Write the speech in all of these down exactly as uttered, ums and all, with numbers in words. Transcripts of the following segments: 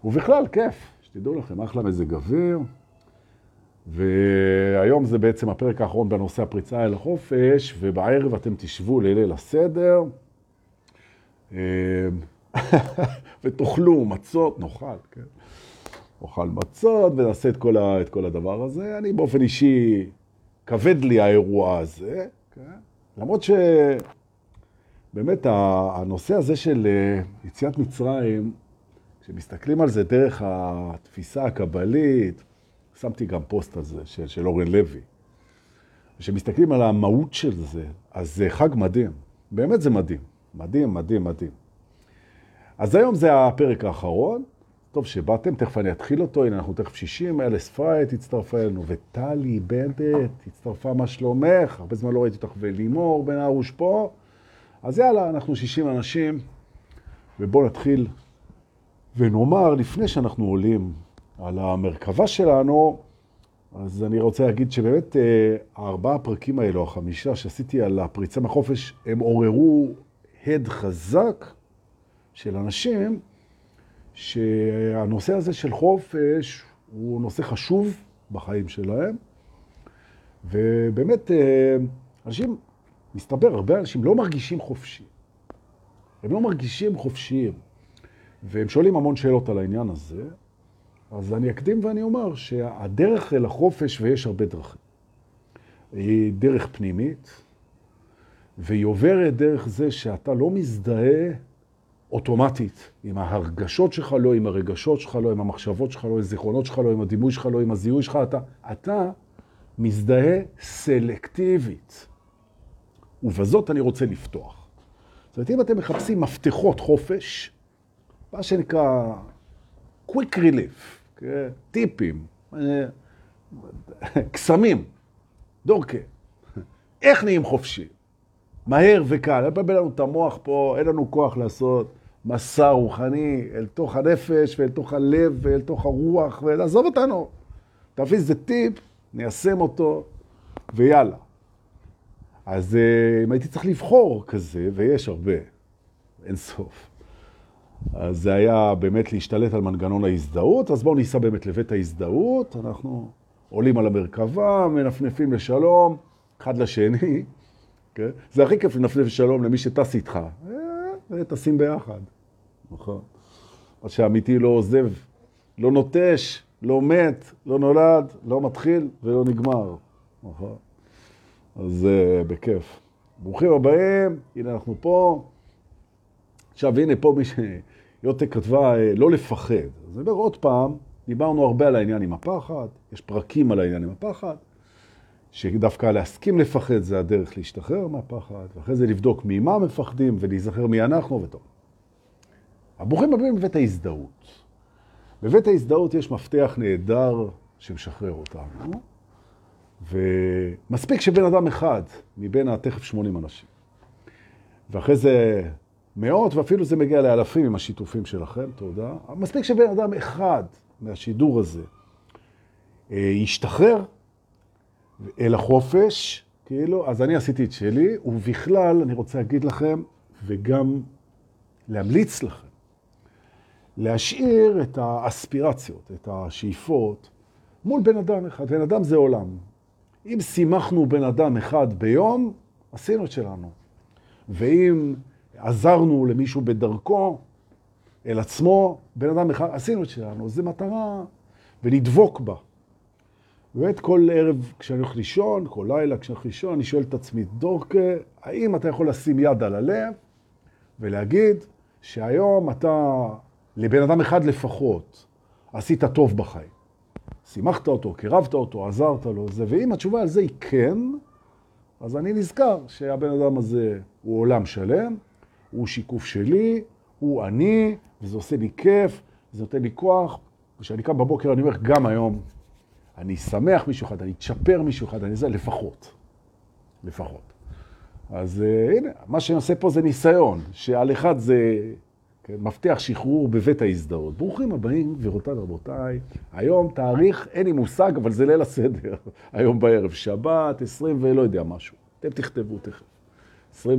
ובכלל, כיף, שתדעו לכם, אחלה מזג אוויר. והיום זה בעצם הפרק האחרון בנושא הפריצה אל החופש, ובערב אתם תשבו לליל הסדר, ותאכלו מצות, נאכל, כן? נאכל מצות ונעשה את כל, ה, את כל הדבר הזה. אני באופן אישי, כבד לי האירוע הזה, כן? למרות שבאמת הנושא הזה של יציאת מצרים, כשמסתכלים על זה דרך התפיסה הקבלית, שמתי גם פוסט הזה של, של אורן לוי, כשמסתכלים על המהות של זה, אז זה חג מדהים, באמת זה מדהים, מדהים, מדהים, מדהים. אז היום זה הפרק האחרון, טוב שבאתם, תכף אני אתחיל אותו, הנה אנחנו תכף שישים, אלס פרייט הצטרפה אלינו, וטלי בנדט הצטרפה, מה שלומך? הרבה זמן לא ראיתי אותך, ולימור בן ארוש פה, אז יאללה, אנחנו שישים אנשים, ובואו נתחיל ונאמר, לפני שאנחנו עולים על המרכבה שלנו, אז אני רוצה להגיד שבאמת הארבעה הפרקים האלו, החמישה שעשיתי על הפריצה מחופש, הם עוררו הד חזק של אנשים, שהנושא הזה של חופש הוא נושא חשוב בחיים שלהם, ובאמת אנשים, מסתבר, הרבה אנשים לא מרגישים חופשיים. הם לא מרגישים חופשיים, והם שואלים המון שאלות על העניין הזה, אז אני אקדים ואני אומר שהדרך אל החופש, ויש הרבה דרכים, היא דרך פנימית, והיא עוברת דרך זה שאתה לא מזדהה אוטומטית עם ההרגשות שלך, לא עם הרגשות שלך, לא עם המחשבות שלך, לא עם הזיכרונות שלך, לא עם הדימוי שלך, לא עם הזיהוי שלך, אתה, אתה מזדהה סלקטיבית. ובזאת אני רוצה לפתוח. זאת אומרת, אם אתם מחפשים מפתחות חופש, מה שנקרא quick relief, טיפים, קסמים, דורקה, איך נהיים חופשי? מהר וקל, אין לנו את המוח פה, אין לנו כוח לעשות מסע רוחני אל תוך הנפש ואל תוך הלב ואל תוך הרוח, ולעזוב אותנו. תביא איזה טיפ, ניישם אותו, ויאללה. אז אם הייתי צריך לבחור כזה, ויש הרבה, אין סוף. אז זה היה באמת להשתלט על מנגנון ההזדהות, אז בואו ניסע באמת לבית ההזדהות, אנחנו עולים על המרכבה, מנפנפים לשלום, אחד לשני, כן? זה הכי כיף לנפנף לשלום למי שטס איתך, אה, טסים ביחד, נכון. אז שהאמיתי לא עוזב, לא נוטש, לא מת, לא נולד, לא מתחיל ולא נגמר, נכון. אז זה בכיף. ברוכים הבאים, הנה אנחנו פה. עכשיו הנה פה מי שיוטה כתבה לא לפחד. אז אני אומר עוד פעם, דיברנו הרבה על העניין עם הפחד, יש פרקים על העניין עם הפחד, שדווקא להסכים לפחד זה הדרך להשתחרר מהפחד, ואחרי זה לבדוק ממה מפחדים ולהיזכר מי אנחנו וטוב. הברוכים הבאים בבית ההזדהות. בבית ההזדהות יש מפתח נהדר שמשחרר אותנו, ומספיק שבן אדם אחד מבין התכף שמונים אנשים. ואחרי זה מאות, ואפילו זה מגיע לאלפים עם השיתופים שלכם, תודה. מספיק שבן אדם אחד מהשידור הזה ישתחרר אל החופש, כאילו, אז אני עשיתי את שלי, ובכלל אני רוצה להגיד לכם, וגם להמליץ לכם, להשאיר את האספירציות, את השאיפות, מול בן אדם אחד. בן אדם זה עולם. אם שימחנו בן אדם אחד ביום, עשינו את שלנו. ואם עזרנו למישהו בדרכו, אל עצמו, בן אדם אחד, עשינו את שלנו. זו מטרה, ולדבוק בה. ואת כל ערב כשאני הולך לישון, כל לילה כשאני הולך לישון, אני שואל את עצמי, דורקה, האם אתה יכול לשים יד על הלב, ולהגיד שהיום אתה, לבן אדם אחד לפחות, עשית טוב בחיים. שימחת אותו, קרבת אותו, עזרת לו, זה, ואם התשובה על זה היא כן, אז אני נזכר שהבן אדם הזה הוא עולם שלם, הוא שיקוף שלי, הוא אני, וזה עושה לי כיף, זה נותן לי כוח, וכשאני קם בבוקר אני אומר, גם היום, אני שמח מישהו אחד, אני אצ'פר מישהו אחד, אני זה לפחות, לפחות. אז uh, הנה, מה שאני עושה פה זה ניסיון, שעל אחד זה כן, מפתח שחרור בבית ההזדהות. ברוכים הבאים, גבירותיי ורבותיי. היום תאריך, אין לי מושג, אבל זה ליל הסדר. היום בערב, שבת, עשרים ולא יודע משהו. אתם תכתבו תכף. עשרים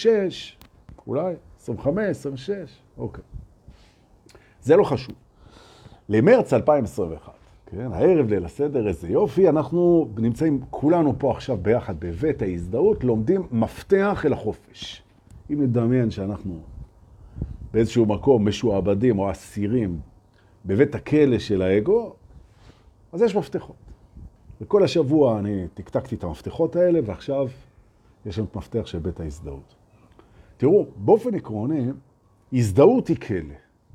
ושש, אולי, עשרים וחמש, עשרים ושש, אוקיי. זה לא חשוב. למרץ אלפיים עשרים ואחת, כן? הערב ליל הסדר, איזה יופי, אנחנו נמצאים כולנו פה עכשיו ביחד בבית ההזדהות, לומדים מפתח אל החופש. אם נדמיין שאנחנו באיזשהו מקום משועבדים או אסירים בבית הכלא של האגו, אז יש מפתחות. וכל השבוע אני תקתקתי את המפתחות האלה, ועכשיו יש לנו מפתח של בית ההזדהות. תראו, באופן עקרוני, הזדהות היא כלא.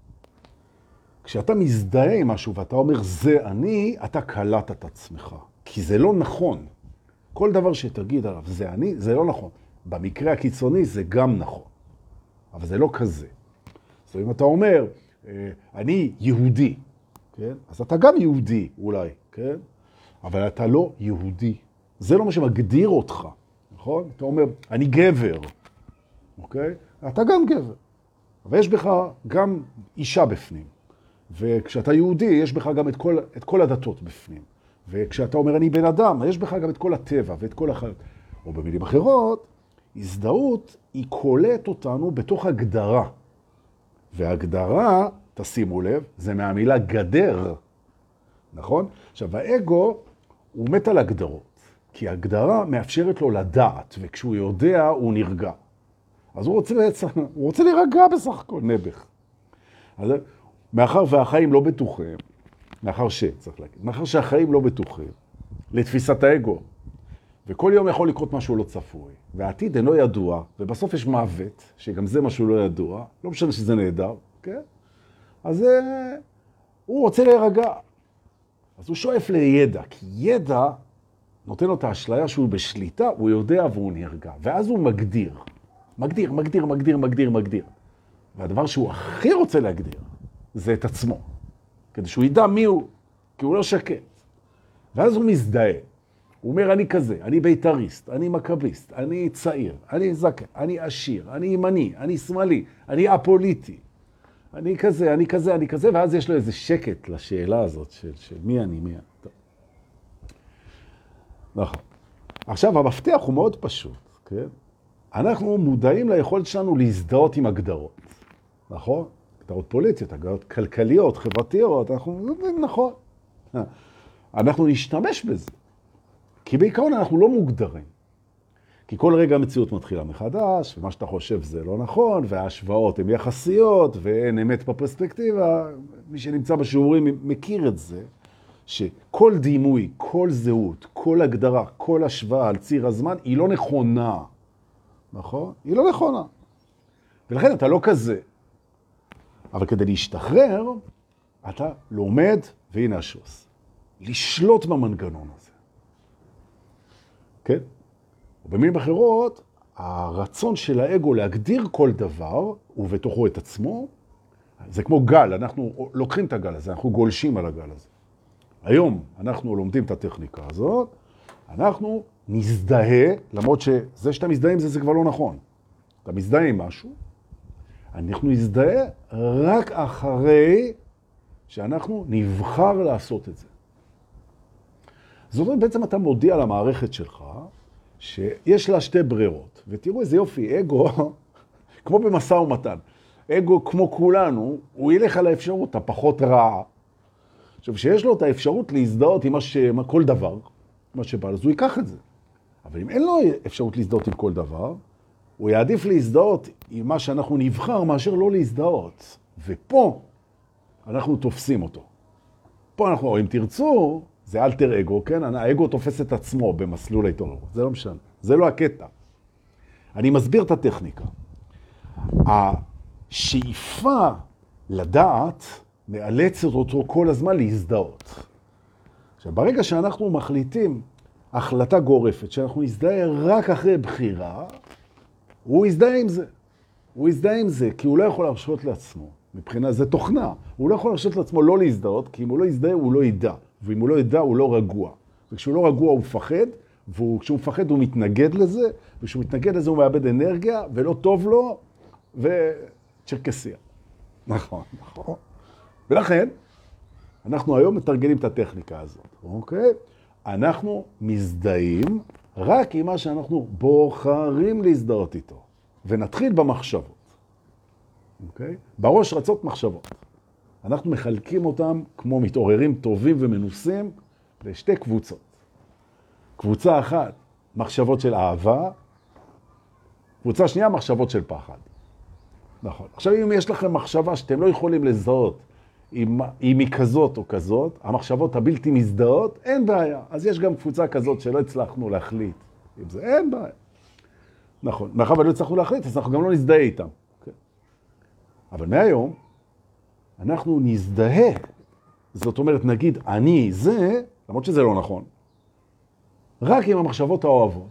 כשאתה מזדהה עם משהו ואתה אומר, זה אני, אתה קלט את עצמך. כי זה לא נכון. כל דבר שתגיד עליו, זה אני, זה לא נכון. במקרה הקיצוני זה גם נכון. אבל זה לא כזה. זאת אומרת, אם אתה אומר, אני יהודי, כן? אז אתה גם יהודי אולי, כן? אבל אתה לא יהודי. זה לא מה שמגדיר אותך, נכון? אתה אומר, אני גבר, אוקיי? אתה גם גבר. אבל יש בך גם אישה בפנים. וכשאתה יהודי, יש בך גם את כל, את כל הדתות בפנים. וכשאתה אומר, אני בן אדם, יש בך גם את כל הטבע ואת כל החיות. או במילים אחרות, הזדהות היא קולט אותנו בתוך הגדרה. והגדרה, תשימו לב, זה מהמילה גדר. נכון? עכשיו, האגו הוא מת על הגדרות. כי הגדרה מאפשרת לו לדעת, וכשהוא יודע, הוא נרגע. אז הוא רוצה, הוא רוצה להירגע בסך הכל, נבח. אז מאחר והחיים לא בטוחים, מאחר ש, צריך להגיד, מאחר שהחיים לא בטוחים, לתפיסת האגו, וכל יום יכול לקרות משהו לא צפוי, והעתיד אינו ידוע, ובסוף יש מוות, שגם זה משהו לא ידוע, לא משנה שזה נהדר, כן? אז הוא רוצה להירגע. אז הוא שואף לידע, כי ידע נותן לו את האשליה שהוא בשליטה, הוא יודע והוא נרגע, ואז הוא מגדיר. מגדיר, מגדיר, מגדיר, מגדיר, מגדיר. והדבר שהוא הכי רוצה להגדיר, זה את עצמו. כדי שהוא ידע מי הוא, כי הוא לא שקט. ואז הוא מזדהה. הוא אומר, אני כזה, אני בית"ריסט, אני מקביסט, אני צעיר, אני זקן, אני עשיר, אני ימני, אני שמאלי, אני אפוליטי. אני כזה, אני כזה, אני כזה, ואז יש לו איזה שקט לשאלה הזאת של, של מי אני, מי אני. טוב. נכון. עכשיו, המפתח הוא מאוד פשוט, כן? אנחנו מודעים ליכולת שלנו להזדהות עם הגדרות, נכון? הגדרות פוליטיות, הגדרות כלכליות, חברתיות, אנחנו, נכון. אנחנו נשתמש בזה, כי בעיקרון אנחנו לא מוגדרים. כי כל רגע המציאות מתחילה מחדש, ומה שאתה חושב זה לא נכון, וההשוואות הן יחסיות, ואין אמת בפרספקטיבה. מי שנמצא בשיעורים מכיר את זה, שכל דימוי, כל זהות, כל הגדרה, כל השוואה על ציר הזמן, היא לא נכונה. נכון? היא לא נכונה. ולכן אתה לא כזה. אבל כדי להשתחרר, אתה לומד, והנה השוס, לשלוט במנגנון הזה. כן? ובמילים אחרות, הרצון של האגו להגדיר כל דבר, ובתוכו את עצמו, זה כמו גל, אנחנו לוקחים את הגל הזה, אנחנו גולשים על הגל הזה. היום אנחנו לומדים את הטכניקה הזאת, אנחנו נזדהה, למרות שזה שאתה מזדהה עם זה, זה כבר לא נכון. אתה מזדהה עם משהו, אנחנו נזדהה רק אחרי שאנחנו נבחר לעשות את זה. זאת אומרת, בעצם אתה מודיע למערכת שלך, שיש לה שתי ברירות. ותראו איזה יופי, אגו, כמו במשא ומתן, אגו כמו כולנו, הוא ילך על האפשרות הפחות רעה. עכשיו, שיש לו את האפשרות להזדהות עם ש... כל דבר, מה שבא, אז הוא ייקח את זה. אבל אם אין לו אפשרות להזדהות עם כל דבר, הוא יעדיף להזדהות עם מה שאנחנו נבחר, מאשר לא להזדהות. ופה אנחנו תופסים אותו. פה אנחנו, או אם תרצו, זה אלטר אגו, כן? האגו תופס את עצמו במסלול ההתעוררות. זה לא משנה. זה לא הקטע. אני מסביר את הטכניקה. השאיפה לדעת מאלצת אותו כל הזמן להזדהות. עכשיו, ברגע שאנחנו מחליטים החלטה גורפת, שאנחנו נזדהה רק אחרי בחירה, הוא יזדהה עם זה. הוא יזדהה עם זה, כי הוא לא יכול להרשות לעצמו. מבחינה זה תוכנה. הוא לא יכול להרשות לעצמו לא להזדהות, כי אם הוא לא יזדהה, הוא לא ידע. ואם הוא לא ידע, הוא לא רגוע. וכשהוא לא רגוע, הוא מפחד, וכשהוא מפחד, הוא מתנגד לזה, וכשהוא מתנגד לזה, הוא מאבד אנרגיה, ולא טוב לו, וצ'רקסיה. נכון, נכון. ולכן, אנחנו היום מתרגלים את הטכניקה הזאת, אוקיי? אנחנו מזדהים רק עם מה שאנחנו בוחרים להזדהות איתו. ונתחיל במחשבות. אוקיי? בראש רצות מחשבות. אנחנו מחלקים אותם כמו מתעוררים טובים ומנוסים לשתי קבוצות. קבוצה אחת, מחשבות של אהבה, קבוצה שנייה, מחשבות של פחד. נכון. עכשיו, אם יש לכם מחשבה שאתם לא יכולים לזהות אם, אם היא כזאת או כזאת, המחשבות הבלתי מזדהות, אין בעיה. אז יש גם קבוצה כזאת שלא הצלחנו להחליט. אם זה אין בעיה. נכון. מאחר ולא הצלחנו להחליט, אז אנחנו גם לא נזדהה איתם. Okay. אבל מהיום, אנחנו נזדהה. זאת אומרת, נגיד, אני זה, למרות שזה לא נכון, רק עם המחשבות האוהבות.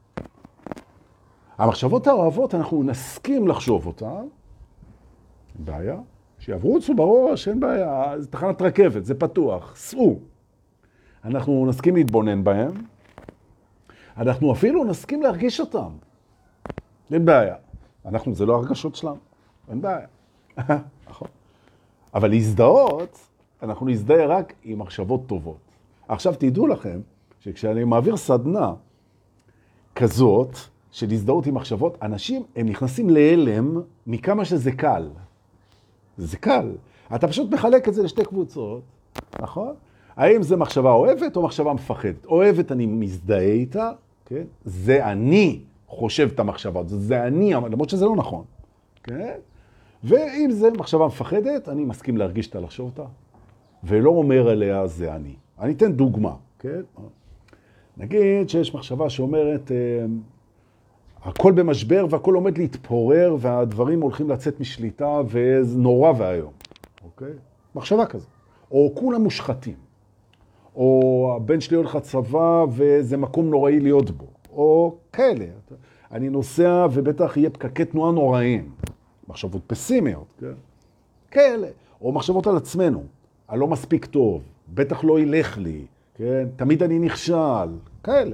המחשבות האוהבות, אנחנו נסכים לחשוב אותן, אין בעיה, שיעברוצו בראש, אין בעיה, זה תחנת רכבת, זה פתוח, סעו. אנחנו נסכים להתבונן בהם, אנחנו אפילו נסכים להרגיש אותם, אין בעיה. אנחנו, זה לא הרגשות שלנו, אין בעיה. נכון. אבל להזדהות, אנחנו נזדהה רק עם מחשבות טובות. עכשיו תדעו לכם, שכשאני מעביר סדנה כזאת, של הזדהות עם מחשבות, אנשים הם נכנסים להלם מכמה שזה קל. זה קל. אתה פשוט מחלק את זה לשתי קבוצות, נכון? האם זה מחשבה אוהבת או מחשבה מפחדת? אוהבת אני מזדהה איתה, כן? זה אני חושב את המחשבה, זה אני, למרות שזה לא נכון, כן? ואם זה מחשבה מפחדת, אני מסכים להרגיש אותה, לחשוב אותה, ולא אומר עליה זה אני. אני אתן דוגמה, כן? נגיד שיש מחשבה שאומרת, הכל במשבר והכל עומד להתפורר והדברים הולכים לצאת משליטה וזה נורא והיום. אוקיי? מחשבה כזו. או כולם מושחתים. או הבן שלי הולך לצבא וזה מקום נוראי להיות בו. או כאלה. אני נוסע ובטח יהיה פקקי תנועה נוראים. מחשבות פסימיות. כן? כאלה. או מחשבות על עצמנו. אני לא מספיק טוב. בטח לא ילך לי. כן? תמיד אני נכשל. כאלה.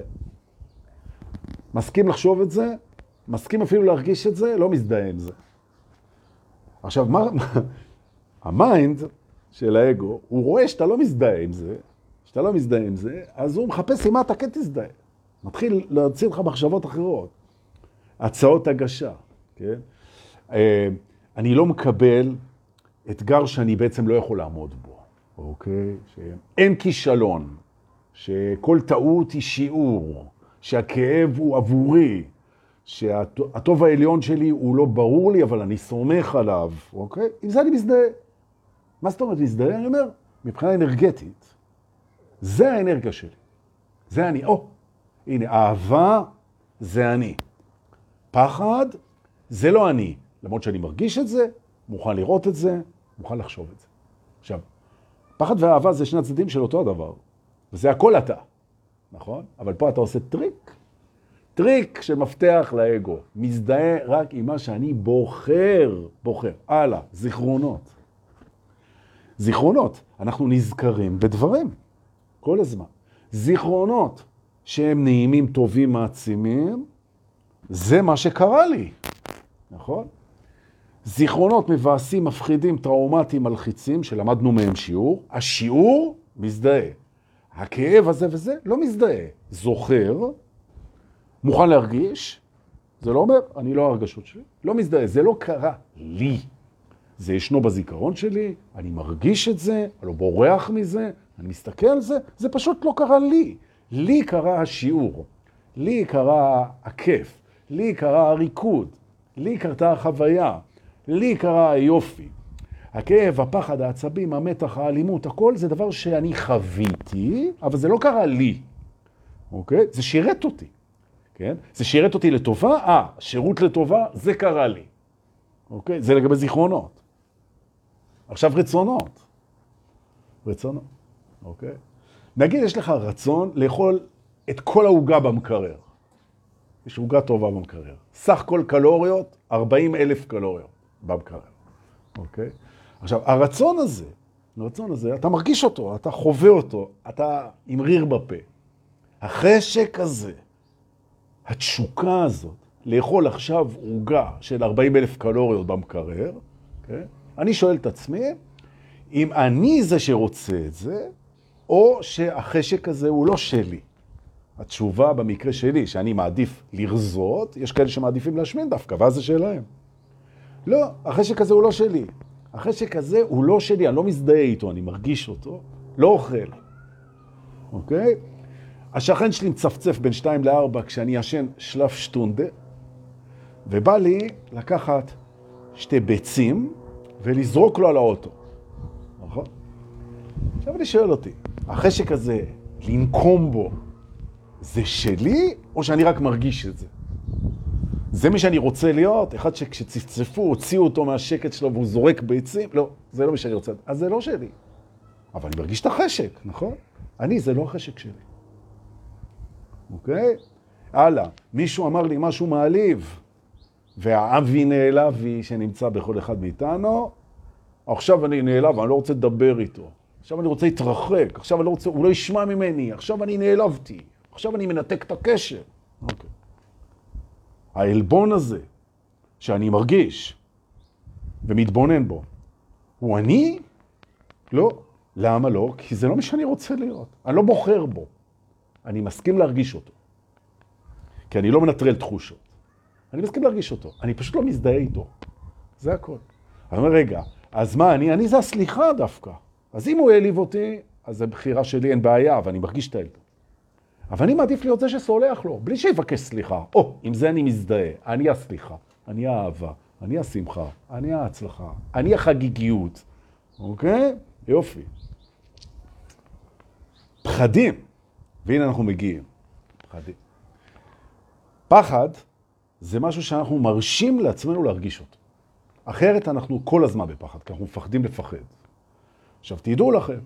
מסכים לחשוב את זה, מסכים אפילו להרגיש את זה, לא מזדהה עם זה. עכשיו, מה, המיינד של האגו, הוא רואה שאתה לא מזדהה עם זה, שאתה לא מזדהה עם זה, אז הוא מחפש עם מה אתה כן תזדהה. מתחיל להציל לך מחשבות אחרות. הצעות הגשה, כן? אני לא מקבל אתגר שאני בעצם לא יכול לעמוד בו, אוקיי? שאין כישלון, שכל טעות היא שיעור, שהכאב הוא עבורי, שהטוב העליון שלי הוא לא ברור לי, אבל אני סומך עליו, אוקיי? עם זה אני מזדהה. מה זאת אומרת מזדהה? אני אומר, מבחינה אנרגטית, זה האנרגיה שלי. זה אני. או, הנה, אהבה זה אני. פחד זה לא אני. למרות שאני מרגיש את זה, מוכן לראות את זה, מוכן לחשוב את זה. עכשיו, פחד ואהבה זה שני הצדדים של אותו הדבר, וזה הכל אתה. נכון? אבל פה אתה עושה טריק. טריק שמפתח לאגו. מזדהה רק עם מה שאני בוחר. בוחר. הלאה. זיכרונות. זיכרונות. אנחנו נזכרים בדברים. כל הזמן. זיכרונות שהם נעימים, טובים, מעצימים, זה מה שקרה לי. נכון? זיכרונות מבאסים, מפחידים, טראומטיים, מלחיצים, שלמדנו מהם שיעור. השיעור מזדהה. הכאב הזה וזה לא מזדהה. זוכר, מוכן להרגיש, זה לא אומר, אני לא הרגשות שלי, לא מזדהה, זה לא קרה לי. זה ישנו בזיכרון שלי, אני מרגיש את זה, אני לא בורח מזה, אני מסתכל על זה, זה פשוט לא קרה לי. לי קרה השיעור, לי קרה הכיף, לי קרה הריקוד, לי קרתה החוויה, לי קרה היופי. הכאב, הפחד, העצבים, המתח, האלימות, הכל זה דבר שאני חוויתי, אבל זה לא קרה לי. אוקיי? זה שירת אותי. כן? זה שירת אותי לטובה, אה, שירות לטובה, זה קרה לי. אוקיי? זה לגבי זיכרונות. עכשיו רצונות. רצונות. אוקיי? נגיד יש לך רצון לאכול את כל ההוגה במקרר. יש הוגה טובה במקרר. סך כל קלוריות, ארבעים אלף קלוריות במקרר. אוקיי? עכשיו, הרצון הזה, הרצון הזה, אתה מרגיש אותו, אתה חווה אותו, אתה עם ריר בפה. החשק הזה, התשוקה הזאת, לאכול עכשיו עוגה של ארבעים אלף קלוריות במקרר, okay? אני שואל את עצמי, אם אני זה שרוצה את זה, או שהחשק הזה הוא לא שלי. התשובה במקרה שלי, שאני מעדיף לרזות, יש כאלה שמעדיפים להשמין דווקא, ואז זה שלהם. לא, החשק הזה הוא לא שלי. החשק הזה הוא לא שלי, אני לא מזדהה איתו, אני מרגיש אותו, לא אוכל. אוקיי? השכן שלי מצפצף בין שתיים לארבע כשאני ישן שלף שטונדה, ובא לי לקחת שתי ביצים ולזרוק לו על האוטו. נכון? עכשיו אני שואל אותי, החשק הזה, לנקום בו, זה שלי או שאני רק מרגיש את זה? זה מי שאני רוצה להיות? אחד שכשצפצפו, הוציאו אותו מהשקט שלו והוא זורק ביצים? לא, זה לא מי שאני רוצה. אז זה לא שלי. אבל אני מרגיש את החשק, נכון? אני, זה לא החשק שלי. אוקיי? הלאה, מישהו אמר לי משהו מעליב, והאבי נעלבי שנמצא בכל אחד מאיתנו, עכשיו אני נעלב, אני לא רוצה לדבר איתו. עכשיו אני רוצה להתרחק, עכשיו אני לא רוצה, הוא לא ישמע ממני, עכשיו אני נעלבתי, עכשיו אני מנתק את הקשר. אוקיי. העלבון הזה, שאני מרגיש ומתבונן בו, הוא אני? לא. למה לא? כי זה לא מה שאני רוצה להיות. אני לא בוחר בו. אני מסכים להרגיש אותו. כי אני לא מנטרל תחושות. אני מסכים להרגיש אותו. אני פשוט לא מזדהה איתו. זה הכל. אני אומר, רגע, אז מה, אני, אני זה הסליחה דווקא. אז אם הוא העליב אותי, אז זה בחירה שלי, אין בעיה, ואני מרגיש את העלבון. אבל אני מעדיף להיות זה שסולח לו, בלי שיבקש סליחה. או, עם זה אני מזדהה. אני הסליחה, אני האהבה, אני השמחה, אני ההצלחה, אני החגיגיות. אוקיי? יופי. פחדים. והנה אנחנו מגיעים. פחדים. פחד זה משהו שאנחנו מרשים לעצמנו להרגיש אותו. אחרת אנחנו כל הזמן בפחד, כי אנחנו מפחדים לפחד. עכשיו תדעו לכם,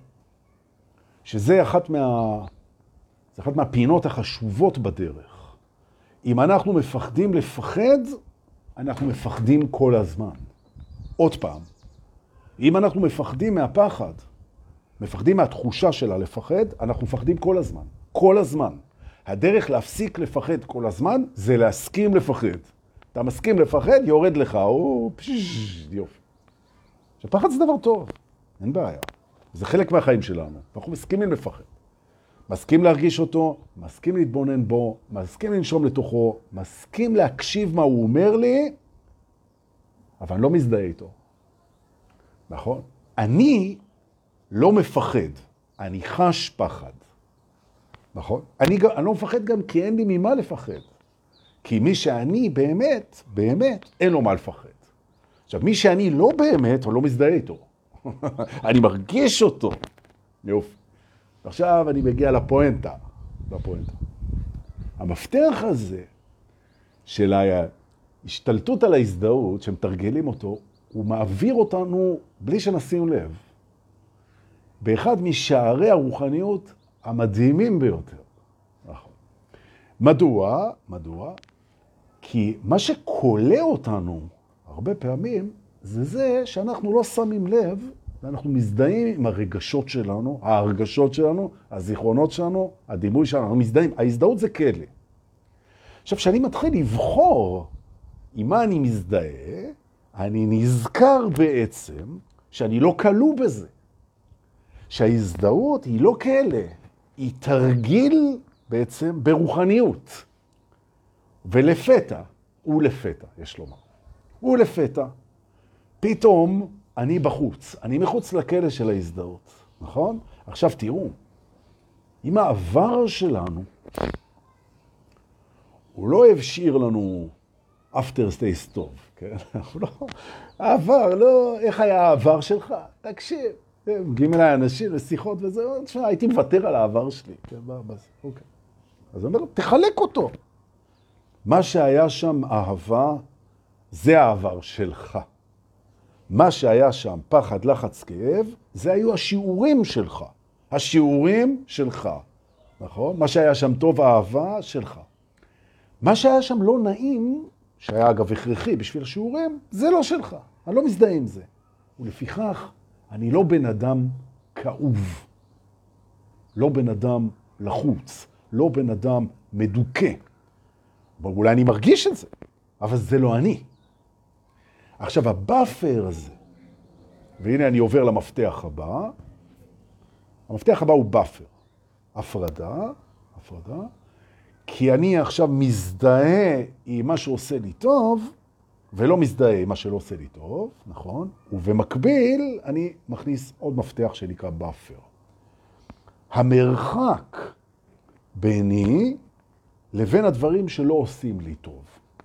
שזה אחת מה... זה אחת מהפינות החשובות בדרך. אם אנחנו מפחדים לפחד, אנחנו מפחדים כל הזמן. עוד פעם, אם אנחנו מפחדים מהפחד, מפחדים מהתחושה שלה לפחד, אנחנו מפחדים כל הזמן. כל הזמן. הדרך להפסיק לפחד כל הזמן, זה להסכים לפחד. אתה מסכים לפחד, יורד לך, או פשש, יופי. שפחד זה דבר טוב, אין בעיה. זה חלק מהחיים שלנו. אנחנו מסכימים לפחד. מסכים להרגיש אותו, מסכים להתבונן בו, מסכים לנשום לתוכו, מסכים להקשיב מה הוא אומר לי, אבל אני לא מזדהה איתו. נכון? אני לא מפחד, אני חש פחד. נכון? אני, אני לא מפחד גם כי אין לי ממה לפחד. כי מי שאני באמת, באמת, אין לו מה לפחד. עכשיו, מי שאני לא באמת, הוא לא מזדהה איתו. אני מרגיש אותו. יופי. עכשיו אני מגיע לפואנטה. לפואנטה. המפתח הזה של ההשתלטות על ההזדהות, שמתרגלים אותו, הוא מעביר אותנו בלי שנשים לב. באחד משערי הרוחניות המדהימים ביותר. נכון. מדוע? מדוע? כי מה שקולה אותנו הרבה פעמים זה זה שאנחנו לא שמים לב ואנחנו מזדהים עם הרגשות שלנו, ההרגשות שלנו, הזיכרונות שלנו, הדימוי שלנו, אנחנו מזדהים. ההזדהות זה כאלה. עכשיו, כשאני מתחיל לבחור עם מה אני מזדהה, אני נזכר בעצם שאני לא כלוא בזה. שההזדהות היא לא כאלה, היא תרגיל בעצם ברוחניות. ולפתע, ולפתע, יש לומר, ולפתע, פתאום אני בחוץ, אני מחוץ לכלא של ההזדהות, נכון? עכשיו תראו, אם העבר שלנו, הוא לא הבשיר לנו after stays טוב, כן? לא, העבר, לא, איך היה העבר שלך? תקשיב, מגיעים אליי אנשים לשיחות וזה, תשמע, הייתי מוותר על העבר שלי, כן? אוקיי. אז אני אומר, תחלק אותו. מה שהיה שם אהבה, זה העבר שלך. מה שהיה שם פחד, לחץ, כאב, זה היו השיעורים שלך. השיעורים שלך, נכון? מה שהיה שם טוב, אהבה שלך. מה שהיה שם לא נעים, שהיה אגב הכרחי בשביל השיעורים, זה לא שלך. אני לא מזדהה עם זה. ולפיכך, אני לא בן אדם כאוב. לא בן אדם לחוץ. לא בן אדם מדוכא. אולי אני מרגיש את זה, אבל זה לא אני. עכשיו, הבאפר הזה, והנה אני עובר למפתח הבא, המפתח הבא הוא באפר. הפרדה, הפרדה, כי אני עכשיו מזדהה עם מה שעושה לי טוב, ולא מזדהה עם מה שלא עושה לי טוב, נכון? ובמקביל אני מכניס עוד מפתח שנקרא באפר. המרחק ביני לבין הדברים שלא עושים לי טוב.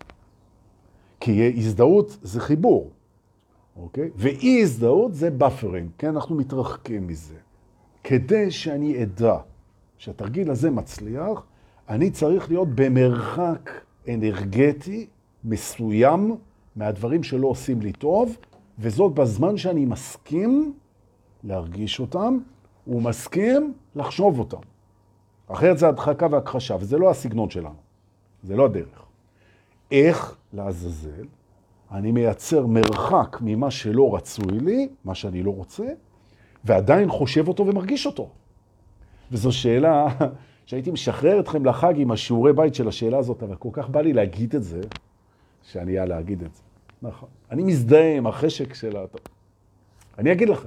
כי הזדהות זה חיבור, אוקיי? ואי הזדהות זה באפרינג, כן? אנחנו מתרחקים מזה. כדי שאני אדע שהתרגיל הזה מצליח, אני צריך להיות במרחק אנרגטי מסוים מהדברים שלא עושים לי טוב, וזאת בזמן שאני מסכים להרגיש אותם, ומסכים לחשוב אותם. אחרת זה הדחקה והכחשה, וזה לא הסגנון שלנו. זה לא הדרך. איך לעזאזל אני מייצר מרחק ממה שלא רצוי לי, מה שאני לא רוצה, ועדיין חושב אותו ומרגיש אותו. וזו שאלה שהייתי משחרר אתכם לחג עם השיעורי בית של השאלה הזאת, אבל כל כך בא לי להגיד את זה, שאני אהיה להגיד את זה. נכון. אני מזדהה עם החשק של הטוב. אני אגיד לכם.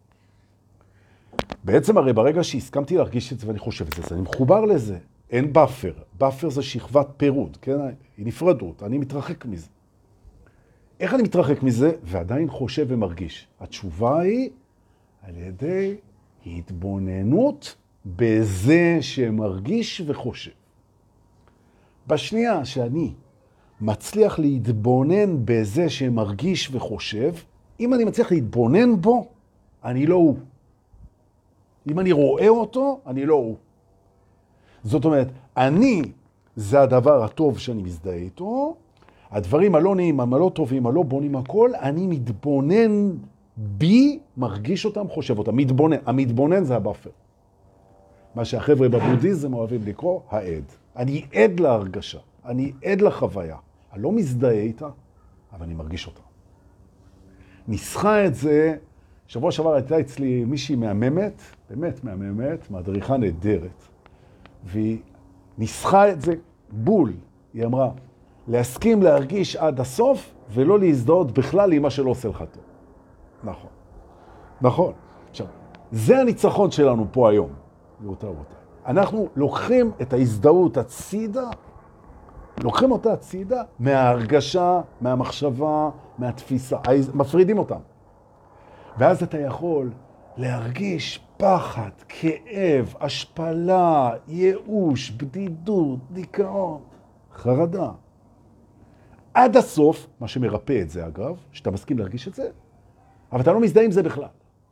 בעצם הרי ברגע שהסכמתי להרגיש את זה ואני חושב את זה, אני מחובר לזה. אין באפר. באפר זה שכבת פירוד, כן? היא נפרדות, אני מתרחק מזה. איך אני מתרחק מזה ועדיין חושב ומרגיש? התשובה היא על ידי התבוננות בזה שמרגיש וחושב. בשנייה שאני מצליח להתבונן בזה שמרגיש וחושב, אם אני מצליח להתבונן בו, אני לא הוא. אם אני רואה אותו, אני לא הוא. זאת אומרת, אני זה הדבר הטוב שאני מזדהה איתו, הדברים הלא נעים, הלא טובים, הלא בונים הכל, אני מתבונן בי, מרגיש אותם, חושב אותם. מתבונן. המתבונן זה הבאפר. מה שהחבר'ה בבודהיזם אוהבים לקרוא, העד. אני עד להרגשה, אני עד לחוויה. אני לא מזדהה איתה, אבל אני מרגיש אותה. ניסחה את זה, שבוע שעבר הייתה אצלי מישהי מהממת, באמת מהממת, מדריכה נהדרת. והיא ניסחה את זה בול. היא אמרה, להסכים להרגיש עד הסוף, ולא להזדהות בכלל עם מה שלא עושה לך טוב. נכון. נכון. עכשיו, זה הניצחון שלנו פה היום. ואותה אותה. אנחנו לוקחים את ההזדהות הצידה, לוקחים אותה הצידה מההרגשה, מהמחשבה, מהתפיסה. מפרידים אותם. ואז אתה יכול להרגיש פחד, כאב, השפלה, ייאוש, בדידות, דיכאון, חרדה. עד הסוף, מה שמרפא את זה אגב, שאתה מסכים להרגיש את זה, אבל אתה לא מזדהה עם זה בכלל.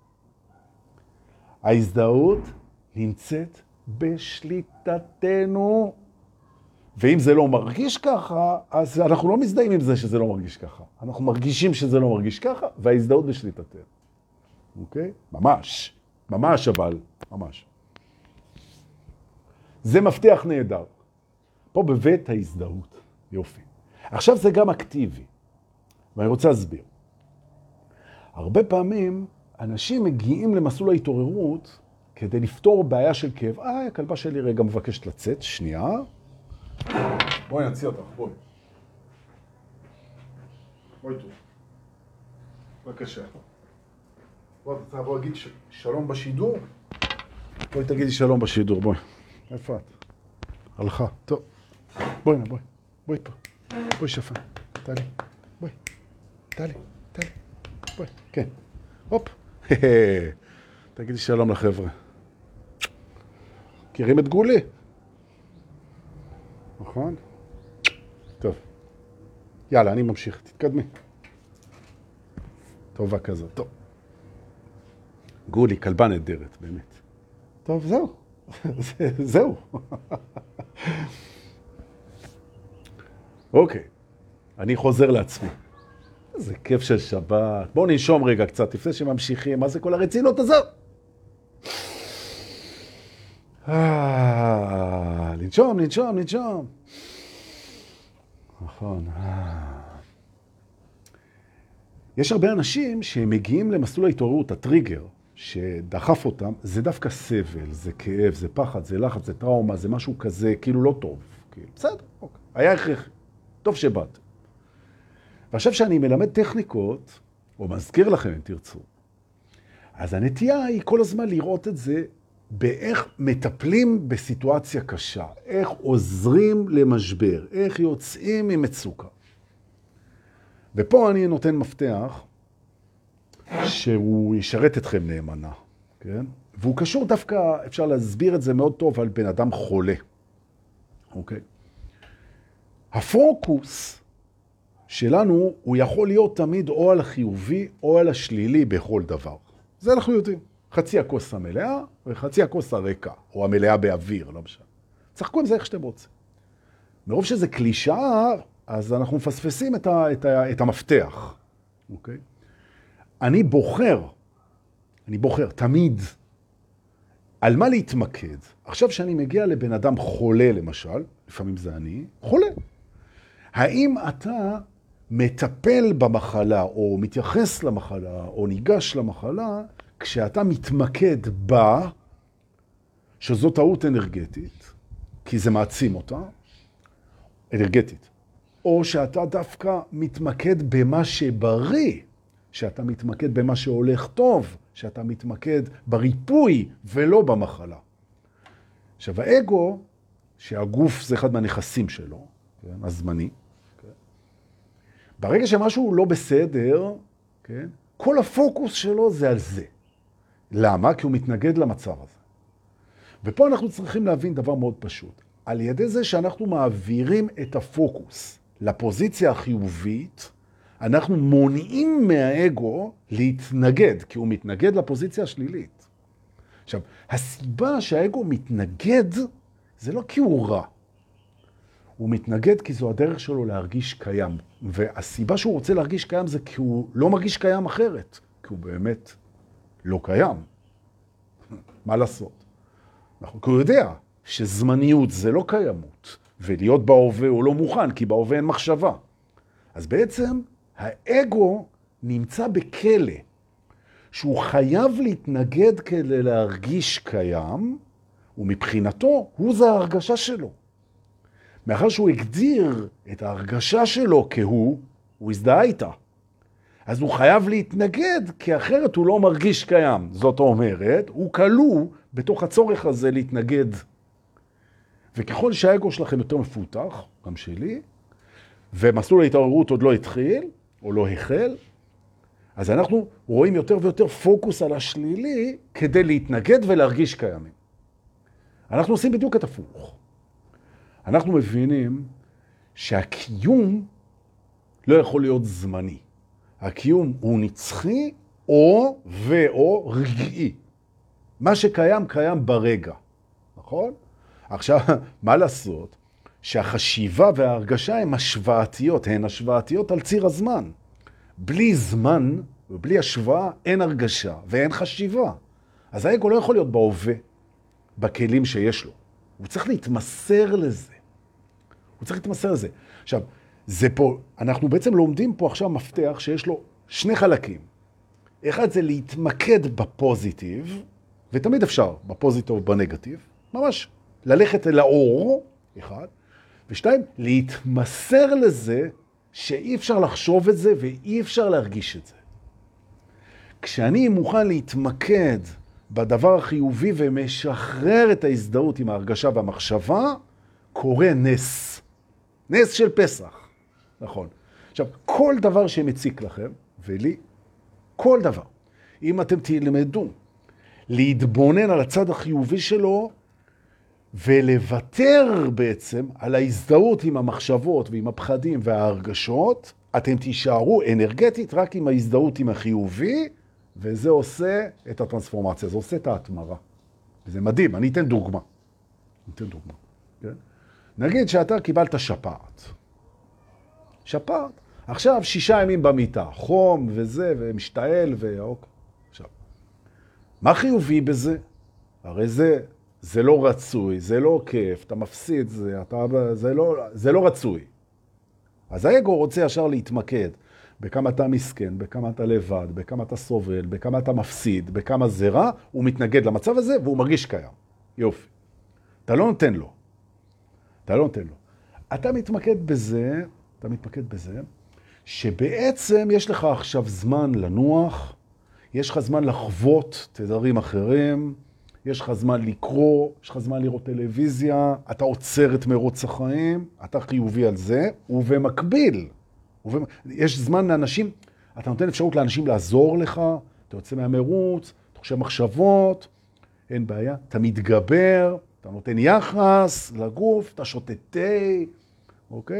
ההזדהות נמצאת בשליטתנו, ואם זה לא מרגיש ככה, אז אנחנו לא מזדהים עם זה שזה לא מרגיש ככה. אנחנו מרגישים שזה לא מרגיש ככה, וההזדהות בשליטתנו. אוקיי? ממש. ממש אבל. ממש. זה מפתח נהדר. פה בבית ההזדהות. יופי. עכשיו זה גם אקטיבי. ואני רוצה להסביר. הרבה פעמים אנשים מגיעים למסלול ההתעוררות כדי לפתור בעיה של כאב. אה, הכלבה שלי רגע מבקשת לצאת. שנייה. בואי נציע אותך, בואי. בואי טוב. בבקשה. בואי, אתה בוא להגיד ש... שלום בשידור? בואי תגידי שלום בשידור, בואי. איפה את? הלכה. טוב. בואי נה, בואי. בואי פה. בואי שפה. תעלי. בואי. תעלי. תעלי. בואי. כן. הופ. תגידי שלום לחבר'ה. מכירים את גולי? נכון? טוב. יאללה, אני ממשיך. תתקדמי. טובה כזאת. טוב. גולי, כלבה נהדרת, באמת. טוב, זהו. זהו. אוקיי. אני חוזר לעצמי. איזה כיף של שבת. בואו ננשום רגע קצת, לפני שממשיכים. מה זה כל הרצינות הזאת? אה, לנשום, לנשום, לנשום. נכון. יש הרבה אנשים שמגיעים למסלול ההתעוררות, הטריגר, שדחף אותם, זה דווקא סבל, זה כאב, זה פחד, זה לחץ, זה טראומה, זה משהו כזה, כאילו לא טוב. כאילו, בסדר, אוקיי. היה הכרחי. טוב שבאת. ועכשיו שאני מלמד טכניקות, או מזכיר לכם אם תרצו, אז הנטייה היא כל הזמן לראות את זה באיך מטפלים בסיטואציה קשה, איך עוזרים למשבר, איך יוצאים ממצוקה. ופה אני נותן מפתח שהוא ישרת אתכם נאמנה, כן? והוא קשור דווקא, אפשר להסביר את זה מאוד טוב, על בן אדם חולה, אוקיי? הפוקוס שלנו הוא יכול להיות תמיד או על החיובי או על השלילי בכל דבר. זה אנחנו יודעים. חצי הכוס המלאה וחצי הכוס הריקה, או המלאה באוויר, לא משנה. צחקו עם זה איך שאתם רוצים. מרוב שזה קלישאה, אז אנחנו מפספסים את, ה, את, ה, את המפתח. אוקיי? אני בוחר, אני בוחר תמיד על מה להתמקד. עכשיו שאני מגיע לבן אדם חולה למשל, לפעמים זה אני, חולה. האם אתה מטפל במחלה או מתייחס למחלה או ניגש למחלה כשאתה מתמקד בה, שזו טעות אנרגטית, כי זה מעצים אותה, אנרגטית, או שאתה דווקא מתמקד במה שבריא, שאתה מתמקד במה שהולך טוב, שאתה מתמקד בריפוי ולא במחלה. עכשיו, האגו, שהגוף זה אחד מהנכסים שלו, כן, הזמני, כן? ברגע שמשהו לא בסדר, כן, כל הפוקוס שלו זה על זה. למה? כי הוא מתנגד למצב הזה. ופה אנחנו צריכים להבין דבר מאוד פשוט. על ידי זה שאנחנו מעבירים את הפוקוס לפוזיציה החיובית, אנחנו מונעים מהאגו להתנגד, כי הוא מתנגד לפוזיציה השלילית. עכשיו, הסיבה שהאגו מתנגד, זה לא כי הוא רע. הוא מתנגד כי זו הדרך שלו להרגיש קיים. והסיבה שהוא רוצה להרגיש קיים זה כי הוא לא מרגיש קיים אחרת. כי הוא באמת לא קיים. מה לעשות? כי הוא יודע שזמניות זה לא קיימות. ולהיות בהווה הוא לא מוכן, כי בהווה אין מחשבה. אז בעצם האגו נמצא בכלא, שהוא חייב להתנגד כדי להרגיש קיים, ומבחינתו הוא זה ההרגשה שלו. מאחר שהוא הגדיר את ההרגשה שלו כהוא, הוא הזדהה איתה. אז הוא חייב להתנגד, כי אחרת הוא לא מרגיש קיים. זאת אומרת, הוא כלוא בתוך הצורך הזה להתנגד. וככל שהאגו שלכם יותר מפותח, גם שלי, ומסלול ההתעוררות עוד לא התחיל, או לא החל, אז אנחנו רואים יותר ויותר פוקוס על השלילי, כדי להתנגד ולהרגיש קיימים. אנחנו עושים בדיוק את הפוך. אנחנו מבינים שהקיום לא יכול להיות זמני. הקיום הוא נצחי או ואו רגעי. מה שקיים, קיים ברגע. נכון? עכשיו, מה לעשות? שהחשיבה וההרגשה הן השוואתיות, הן השוואתיות על ציר הזמן. בלי זמן ובלי השוואה אין הרגשה ואין חשיבה. אז האגו לא יכול להיות בהווה, בכלים שיש לו. הוא צריך להתמסר לזה. הוא צריך להתמסר לזה. עכשיו, זה פה, אנחנו בעצם לומדים פה עכשיו מפתח שיש לו שני חלקים. אחד זה להתמקד בפוזיטיב, ותמיד אפשר, בפוזיטיב ובנגטיב, ממש ללכת אל האור, אחד, ושתיים, להתמסר לזה שאי אפשר לחשוב את זה ואי אפשר להרגיש את זה. כשאני מוכן להתמקד בדבר החיובי ומשחרר את ההזדהות עם ההרגשה והמחשבה, קורה נס. נס של פסח. נכון. עכשיו, כל דבר שמציק לכם, ולי, כל דבר, אם אתם תלמדו להתבונן על הצד החיובי שלו, ולוותר בעצם על ההזדהות עם המחשבות ועם הפחדים וההרגשות, אתם תישארו אנרגטית רק עם ההזדהות עם החיובי, וזה עושה את הטרנספורמציה, זה עושה את ההתמרה. וזה מדהים, אני אתן דוגמה. אני אתן דוגמה, כן? נגיד שאתה קיבלת שפעת. שפעת. עכשיו שישה ימים במיטה, חום וזה, ומשתעל ואוקיי. עכשיו, מה חיובי בזה? הרי זה, זה לא רצוי, זה לא כיף, אתה מפסיד, זה, אתה, זה, לא, זה לא רצוי. אז האגו רוצה ישר להתמקד בכמה אתה מסכן, בכמה אתה לבד, בכמה אתה סובל, בכמה אתה מפסיד, בכמה זה רע, הוא מתנגד למצב הזה והוא מרגיש קיים. יופי. אתה לא נותן לו. אתה לא נותן לו. אתה מתמקד בזה, אתה מתמקד בזה, שבעצם יש לך עכשיו זמן לנוח, יש לך זמן לחוות תדרים אחרים, יש לך זמן לקרוא, יש לך זמן לראות טלוויזיה, אתה עוצר את מרוץ החיים, אתה חיובי על זה, ובמקביל, יש זמן לאנשים, אתה נותן אפשרות לאנשים לעזור לך, אתה יוצא מהמרוץ, אתה חושב מחשבות, אין בעיה, אתה מתגבר, אתה נותן יחס לגוף, אתה שותה תה, אוקיי?